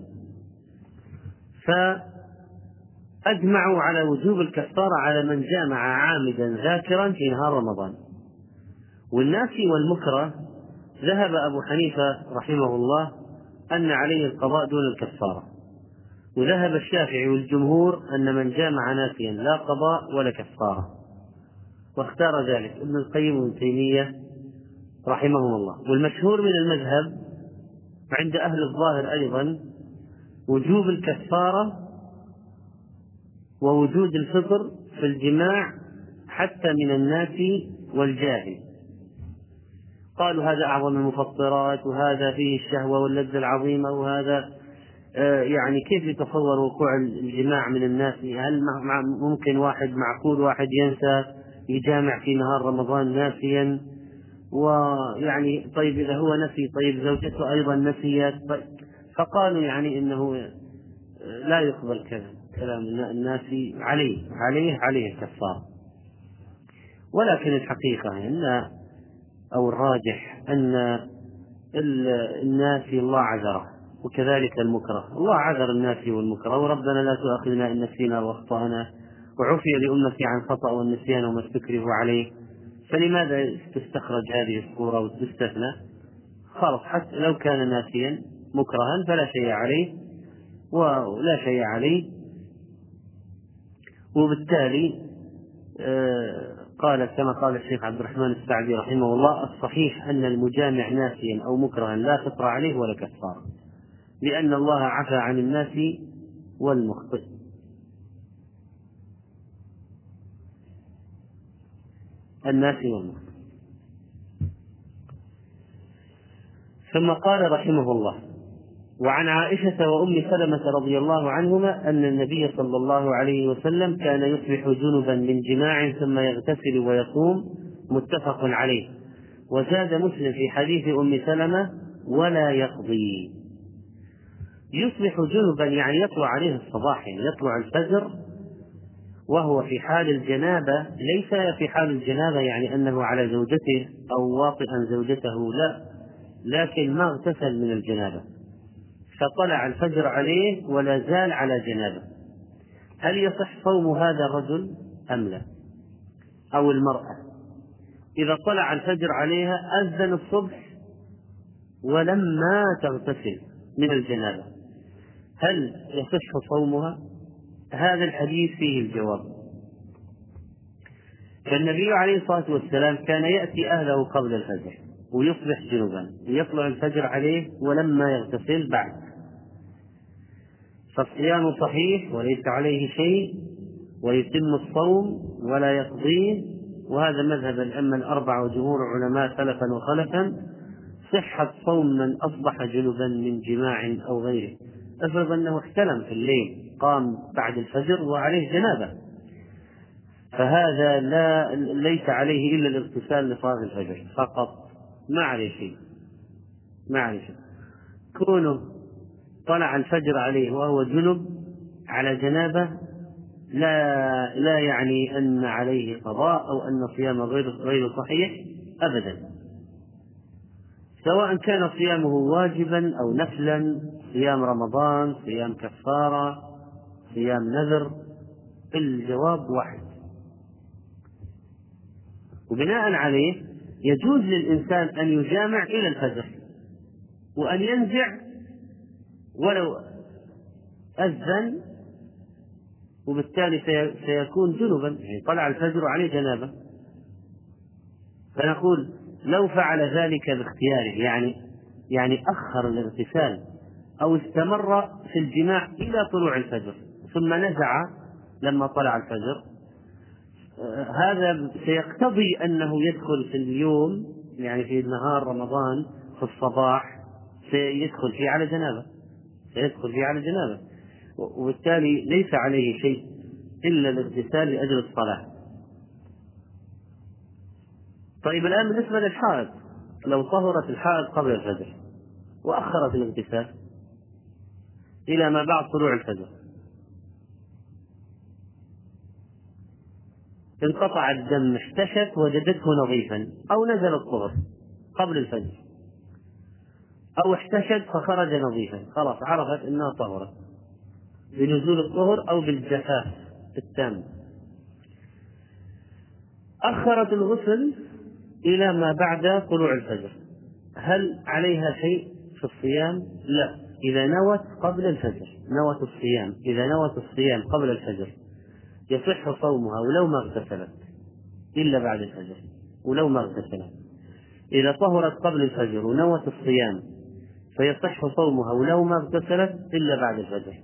فأجمعوا على وجوب الكفارة على من جامع عامدا ذاكرا في نهار رمضان. والنافي والمكره ذهب أبو حنيفة رحمه الله أن عليه القضاء دون الكفارة، وذهب الشافعي والجمهور أن من جامع نافيا لا قضاء ولا كفارة، واختار ذلك ابن القيم وابن تيمية رحمهم الله. والمشهور من المذهب عند أهل الظاهر أيضا وجوب الكفارة ووجود الفطر في الجماع حتى من الناس والجاهل. قالوا هذا أعظم المفطرات، وهذا فيه الشهوة واللذة العظيمة، وهذا آه يعني كيف يتصور وقوع الجماع من الناس؟ هل ممكن واحد معقول واحد ينسى يجامع في نهار رمضان ناسيا؟ ويعني طيب إذا هو نسي طيب زوجته أيضا نسيت. طيب فقالوا يعني إنه لا يقبل كلام الناس، عليه عليه عليه الكفارة. ولكن الحقيقة أن أو الراجح أن الناس الله عذره، وكذلك المكره الله عذر الناس والمكره. وربنا لا تؤاخذنا إن نسينا واخطأنا، وعفي لأمتي عن خطأ والنسيان وما استكرهوا عليه. فلماذا تستخرج هذه الصورة وتستثنى؟ خلاص حتى لو كان ناسيا مكرها فلا شيء عليه ولا شيء عليه. وبالتالي آه قال كما قال الشيخ عبد الرحمن السعدي رحمه الله: الصحيح أن المجامع ناسيا أو مكرها لا فطر عليه ولا كفارة، لأن الله عفى عن الناس والمخطئ. الناس والمخطئ. ثم قال رحمه الله: وعن عائشة وأم سلمة رضي الله عنهما أن النبي صلى الله عليه وسلم كان يصبح جنبا من جماع ثم يغتسل ويصوم، متفق عليه. وزاد مسلم في حديث أم سلمة: ولا يقضي. يصبح جنبا يعني يطلع عليه الصباح، يعني يطلع الفجر وهو في حال الجنابة، ليس في حال الجنابة يعني أنه على زوجته أو واطئا زوجته، لا، لكن ما اغتسل من الجنابة فطلع الفجر عليه ولا زال على جنابه. هل يصح صوم هذا الرجل أم لا؟ أو المرأة إذا طلع الفجر عليها أذن الصبح ولما تغتسل من الجنابة، هل يصح صومها هذا الحديث فيه الجواب. فالنبي عليه الصلاة والسلام كان يأتي أهله قبل الفجر ويصبح جنبا ويطلع الفجر عليه ولما يغتسل بعد، فالصيام صحيح وليس عليه شيء ويتم الصوم ولا يقضيه. وهذا مذهب الأئمة الأربعة وجمهور علماء سلفا وخلفا. صحة صوم من أصبح جنبا من جماع أو غيره. افرض أنه احتلم في الليل قام بعد الفجر وعليه جنابة، فهذا لا ليس عليه إلا الاغتسال لصلاة الفجر فقط، ما عليه شيء ما عليه شيء. كونه طلع الفجر عليه وهو جنب على جنابة لا لا يعني أن عليه قضاء أو أن صيامه غير غير صحيح أبدا، سواء كان صيامه واجبا أو نفلا، صيام رمضان، صيام كفارة، صيام نذر، الجواب واحد. وبناء عليه يجوز للإنسان أن يجامع إلى الفجر وأن ينزع ولو أذن، وبالتالي سيكون جنبا، يعني طلع الفجر عليه جنابة. فنقول لو فعل ذلك باختياره، يعني يعني أخر الاغتسال أو استمر في الجماع إلى طلوع الفجر ثم نزع لما طلع الفجر، هذا سيقتضي أنه يدخل في اليوم، يعني في نهار رمضان في الصباح سيدخل فيه على جنابة سيدخل فيه على جنابة وبالتالي ليس عليه شيء إلا الاغتسال لأجل الصلاة. طيب الآن بالنسبة للحائض، لو طهرت الحائض قبل الفجر وأخرت الاغتسال إلى ما بعد طلوع الفجر، انقطع الدم، احتشت وجدته نظيفا، أو نزل الطهر قبل الفجر، أو احتشت فخرج نظيفا، خلاص عرفت أنها طهرت بنزول الطهر أو بالجفاف التام. أخرت الغسل إلى ما بعد طلوع الفجر، هل عليها شيء في الصيام؟ لا، إذا نوت قبل الفجر نوت الصيام إذا نوت الصيام قبل الفجر يصح صومها ولو ما اغتسلت إلا بعد الفجر، ولو ما اغتسلت. إذا طهرت قبل الفجر ونوت الصيام فيصح صومها ولو ما اغتسلت إلا بعد الفجر.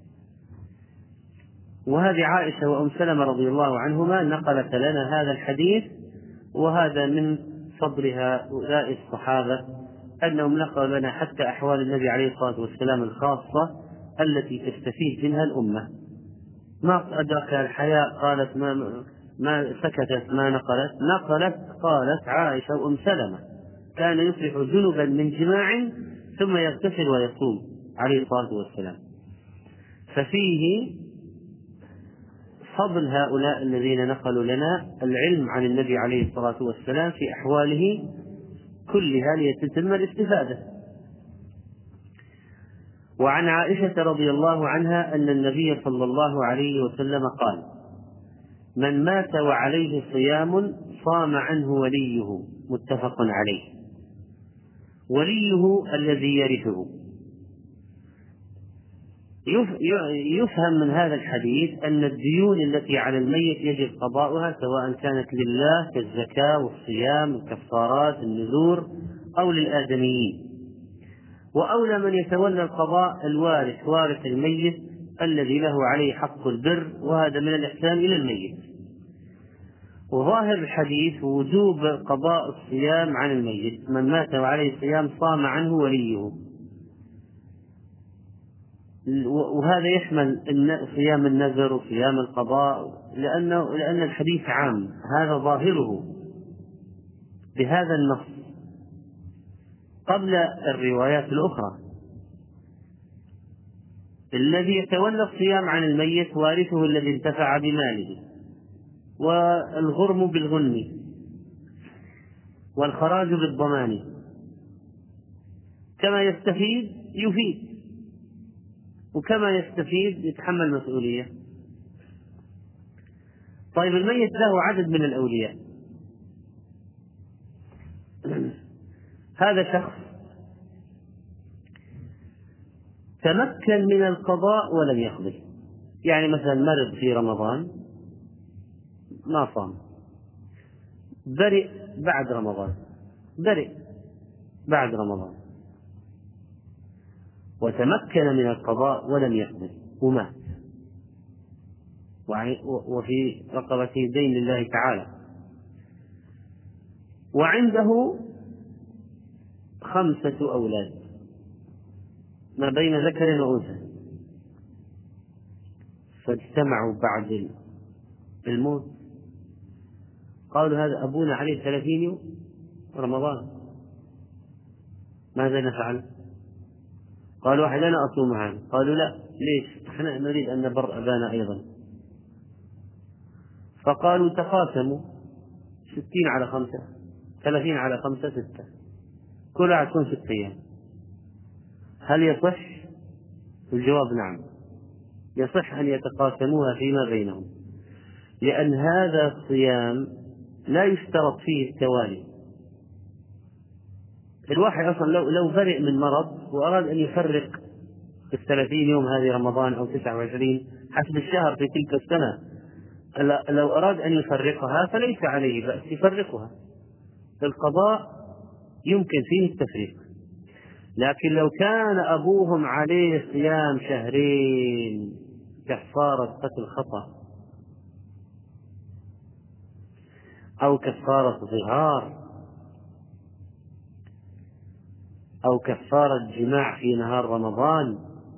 وهذه عائشة وأم سلمة رضي الله عنهما نقلت لنا هذا الحديث، وهذا من فضل هؤلاء الصحابة أنهم نقلوا لنا حتى أحوال النبي عليه الصلاة والسلام الخاصة التي تستفيد منها الأمة. ما أدرك الحياء قالت ما, ما سكتت ما نقلت نقلت قالت عائشة وأم سلمة كان يصبح جنبا من جماع ثم يغتسل ويصوم عليه الصلاة والسلام. ففيه فضل هؤلاء الذين نقلوا لنا العلم عن النبي عليه الصلاة والسلام في أحواله كلها ليتم الاستفادة. وعن عائشة رضي الله عنها أن النبي صلى الله عليه وسلم قال: من مات وعليه صيام صام عنه وليه، متفق عليه. وليه الذي يرثه. يفهم من هذا الحديث أن الديون التي على الميت يجب قضاؤها سواء كانت لله كالزكاة والصيام والكفارات النذور أو للآدميين، وأولى من يتولى القضاء الوارث وارث الميت الذي له عليه حق البر، وهذا من الإحسان إلى الميت. وظاهر الحديث وجوب قضاء الصيام عن الميت، من مات وعليه صيام صام عنه وليه، وهذا يشمل صيام النذر وصيام القضاء، لأنه لأن الحديث عام، هذا ظاهره بهذا النص قبل الروايات الأخرى. الذي يتولى الصيام عن الميت وارثه الذي انتفع بماله، والغرم بالغنم، والخراج بالضمان، كما يستفيد يفيد، وكما يستفيد يتحمل مسؤولية. طيب الميت له عدد من الأولياء، هذا شخص تمكن من القضاء ولم يقضي، يعني مثلا مرض في رمضان ما صام، برئ بعد رمضان، برئ بعد رمضان وتمكن من القضاء ولم يقضي ومات، وفي رقبته دين لله تعالى، وعنده خمسة أولاد ما بين ذكر وأنثى، فاجتمعوا بعد الموت قالوا هذا أبونا عليه ثلاثين يوم رمضان، ماذا نفعل؟ قال واحد أنا أصوم عنه، قالوا لا، ليش؟ احنا نريد أن نبر أبانا أيضا. فقالوا تقاسموا ستين على خمسة، ثلاثين على خمسة ستة، كل واحد يكون ست أيام. هل يصح؟ الجواب نعم، يصح أن يتقاسموها فيما بينهم، لأن هذا الصيام لا يشترط فيه التوالي. الواحد أصلا لو لو برئ من مرض وأراد أن يفرق الثلاثين يوم هذه رمضان أو تسعة وعشرين حسب الشهر في تلك السنة، لو أراد أن يفرقها فليس عليه بأس يفرقها، القضاء يمكن فيه التفريق. لكن لو كان أبوهم عليه صيام شهرين كفارة قتل خطأ أو كفارة ظهار أو كفارة جماع في نهار رمضان،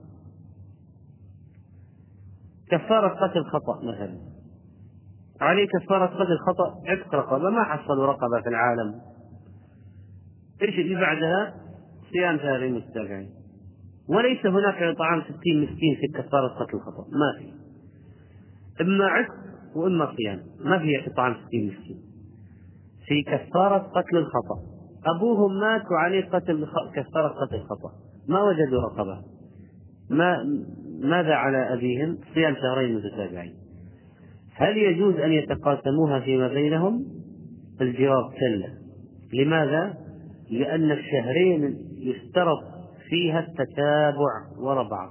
كفارة قتل خطأ مثلا عليه كفارة قتل خطأ عتق رقبة، ما حصلوا رقبة في العالم، ايش اللي بعدها؟ صيام شهرين متتابعين، وليس هناك إطعام ستين مسكين في كفارة قتل الخطأ، ما في، إما عتق وإما صيام، ما في إطعام ستين مسكين في كفارة قتل الخطأ. أبوهم مات وعليه قتل كفارة قتل الخطأ، ما وجدوا رقبة، ما ماذا على أبيهم؟ صيام شهرين متتابعين. هل يجوز أن يتقاسموها فيما بينهم؟ الجواب كلا. لماذا؟ لأن الشهرين يشترط فيها التتابع وراء بعض،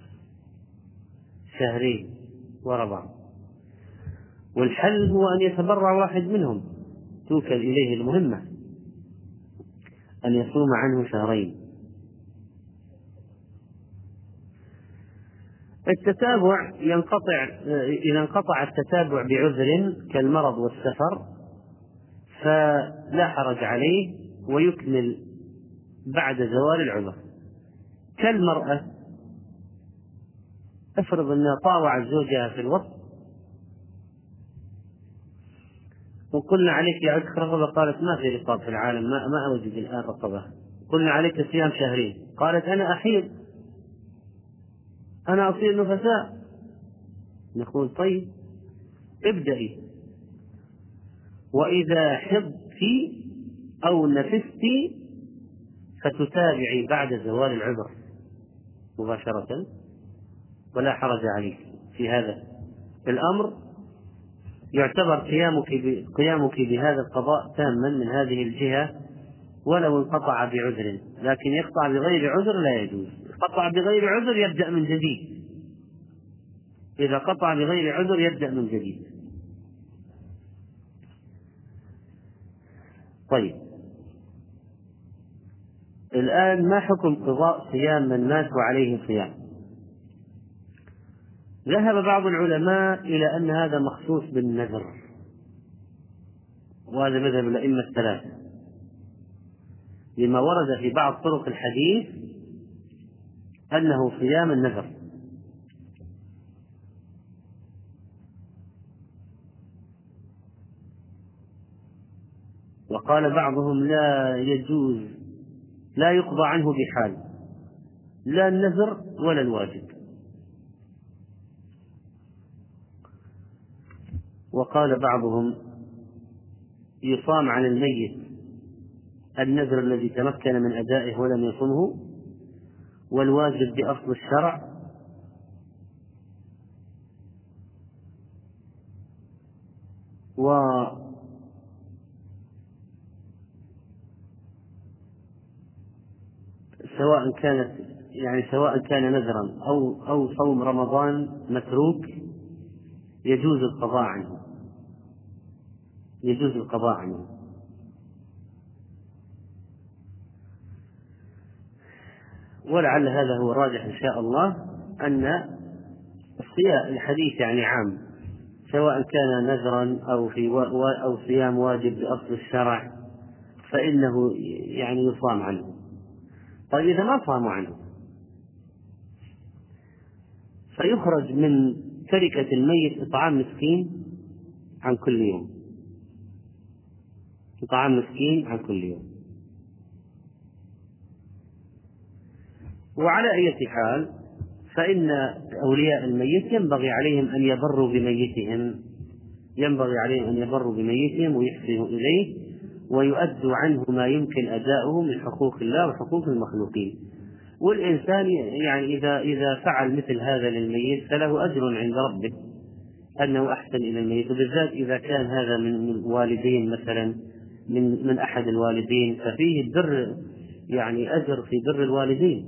شهرين وراء بعض، والحل هو أن يتبرع واحد منهم، توكل إليه المهمة أن يصوم عنه شهرين. التتابع ينقطع إذا انقطع التتابع بعذر كالمرض والسفر فلا حرج عليه ويكمل بعد زوال العذر. كالمرأة افرض أنها طاوعت زوجها في الوقت وقلنا عليك يا عتق رقبة، قالت ما في رقاب في العالم، ما, ما أوجد الآن رقبة، قلنا عليك صيام شهرين، قالت أنا أحيض، أنا أصير نفساء، نقول طيب ابدأي، وإذا حضت أو نفست فتتابعي بعد زوال العذر مباشرة ولا حرج عليك في هذا الأمر. يعتبر قيامك قيامك بهذا القضاء تاما من هذه الجهة ولو انقطع بعذر، لكن يقطع بغير عذر لا يجوز. قطع بغير عذر يبدأ من جديد، إذا قطع بغير عذر يبدأ من جديد. طيب الآن ما حكم قضاء صيام من مات وعليه صيام؟ ذهب بعض العلماء إلى أن هذا مخصوص بالنذر، وهذا مذهب الأئمة الثلاثة لما ورد في بعض طرق الحديث أنه صيام النذر. وقال بعضهم لا يجوز، لا يقضى عنه بحال، لا النذر ولا الواجب. وقال بعضهم يصام عن الميت النذر الذي تمكن من أدائه ولم يصمه، والواجب بأصل الشرع، وسواء كانت يعني سواء كان نذرا أو أو صوم رمضان متروك يجوز القضاء عنه، يجوز القضاء عنه. ولعل هذا هو الراجح إن شاء الله، أن الصيام الحديث يعني عام، سواء كان نذرا أو في و... أو صيام واجب بأصل الشرع فإنه يعني يصام عنه. طيب إذا ما صاموا عنه فيخرج من تركة الميت إطعام مسكين عن كل يوم، إطعام مسكين عن كل يوم. وعلى أي حال فإن أولياء الميت ينبغي عليهم أن يبروا بميتهم، ينبغي عليهم أن يبروا بميتهم ويحسنوا إليه ويؤدوا عنه ما يمكن أداؤه من حقوق الله وحقوق المخلوقين. والإنسان يعني إذا إذا فعل مثل هذا للميت فله أجر عند ربه أنه أحسن إلى الميت، وبالذات إذا كان هذا من الوالدين مثلا، من من أحد الوالدين، ففيه البر، يعني أجر في بر الوالدين.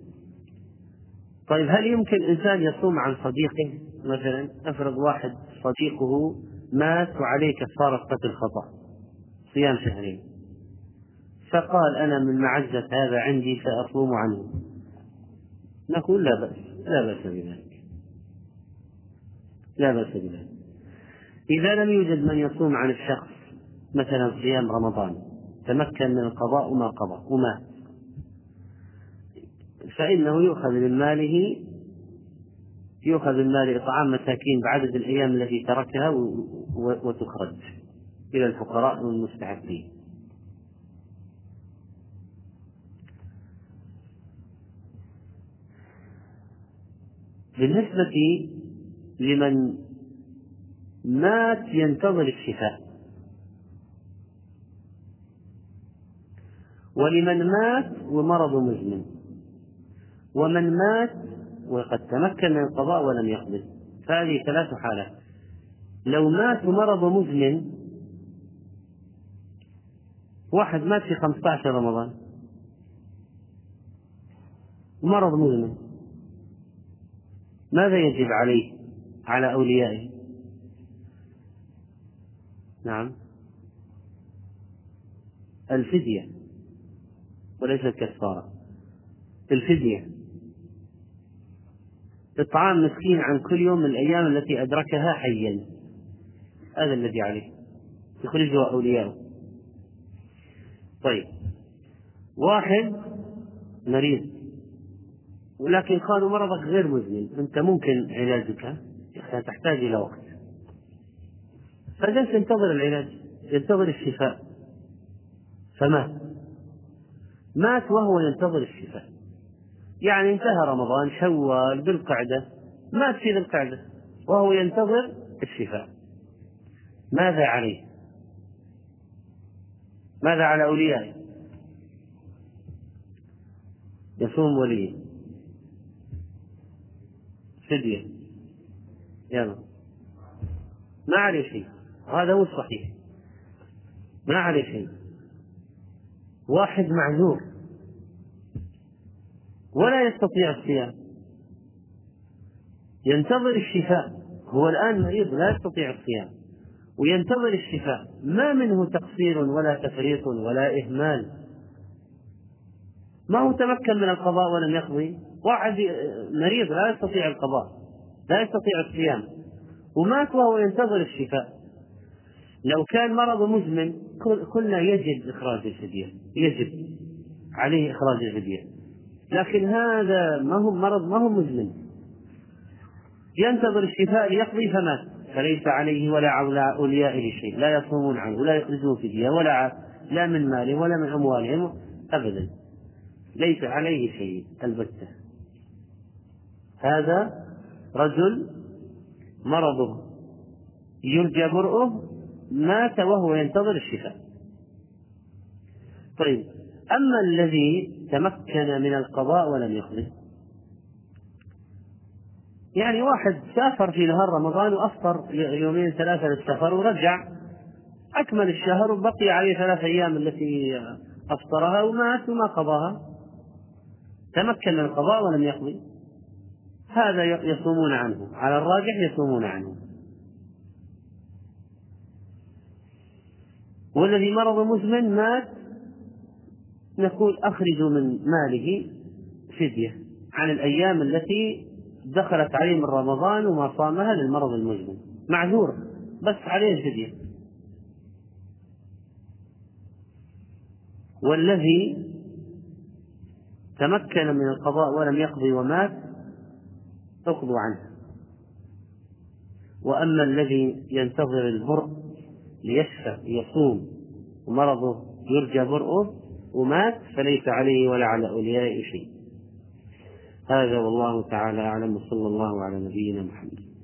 طيب هل يمكن إنسان يصوم عن صديقه مثلا؟ أفرض واحد صديقه مات وعليه كفارة قتل خطأ صيام شهرين، فقال أنا من معزة هذا عندي سأصوم عنه، نقول لا بأس، لا بأس بذلك، لا بأس بذلك. إذا لم يوجد من يصوم عن الشخص مثلا صيام رمضان، تمكن من القضاء وما قضى ومات، فإنه يؤخذ من ماله، يؤخذ من مال إطعام مساكين بعدد الأيام التي تركها وتخرج إلى الفقراء والمستحقين. بالنسبة لمن مات ينتظر الشفاء، ولمن مات ومرض مزمن، ومن مات وقد تمكن من القضاء ولم يقضي، فهذه ثلاث حالات. لو مات ومرض مزمن، واحد مات في خمسة عشر رمضان ومرض مزمن، ماذا يجب عليه على أوليائه؟ نعم، الفدية وليس الكفارة، الفدية، إطعام مسكين عن كل يوم من الأيام التي أدركها حيا، هذا الذي عليه يخرجه أولياءه. طيب واحد مريض ولكن قالوا مرضك غير مزمن، أنت ممكن علاجك تحتاج إلى وقت، فجلس ينتظر العلاج، ينتظر الشفاء، فمات، مات وهو ينتظر الشفاء، يعني انتهى رمضان، شوال، ذي القعدة، مات في ذي القعدة وهو ينتظر الشفاء، ماذا عليه؟ ماذا على أوليائه؟ يصوم وليه، فدية، يلا، ما عليه شيء، هذا هو الصحيح، ما عليه شيء. واحد معذور ولا يستطيع الصيام، ينتظر الشفاء، هو الآن مريض لا يستطيع الصيام وينتظر الشفاء، ما منه تقصير ولا تفريط ولا إهمال، ما هو تمكن من القضاء ولم يقضي. واحد مريض لا يستطيع القضاء، لا يستطيع الصيام، ومات وهو ينتظر الشفاء. لو كان مرض مزمن قلنا يجب إخراج الفدية، يجب عليه إخراج الفدية، لكن هذا ما هو مرض، ما هو مزمن، ينتظر الشفاء ليقضي فمات، فليس عليه ولا على أوليائه شيء، لا يصومون عنه ولا يخرجون فدية ولا لا من مالهم ولا من أموالهم أبدا، ليس عليه شيء البتة. هذا رجل مرضه يرجى برؤه، مات وهو ينتظر الشفاء. طيب أما الذي تمكن من القضاء ولم يقضي، يعني واحد سافر في نهار رمضان وأفطر يومين ثلاثة للسفر ورجع أكمل الشهر وبقي عليه ثلاث أيام التي أفطرها ومات وما قضاها، تمكن من القضاء ولم يقضي، هذا يصومون عنه، على الراجح يصومون عنه. والذي مرض مزمن مات نقول أخرجوا من ماله فدية عن الأيام التي دخلت عليه من رمضان وما صامها للمرض المزمن، معذور بس عليه الفدية. والذي تمكن من القضاء ولم يقضي ومات اقضوا عنه. وأما الذي ينتظر البرء ليشفى يصوم ومرضه يرجى برؤه ومات فليس عليه ولا على أوليائه شيء. هذا والله تعالى أعلم، وصلى الله على نبينا محمد.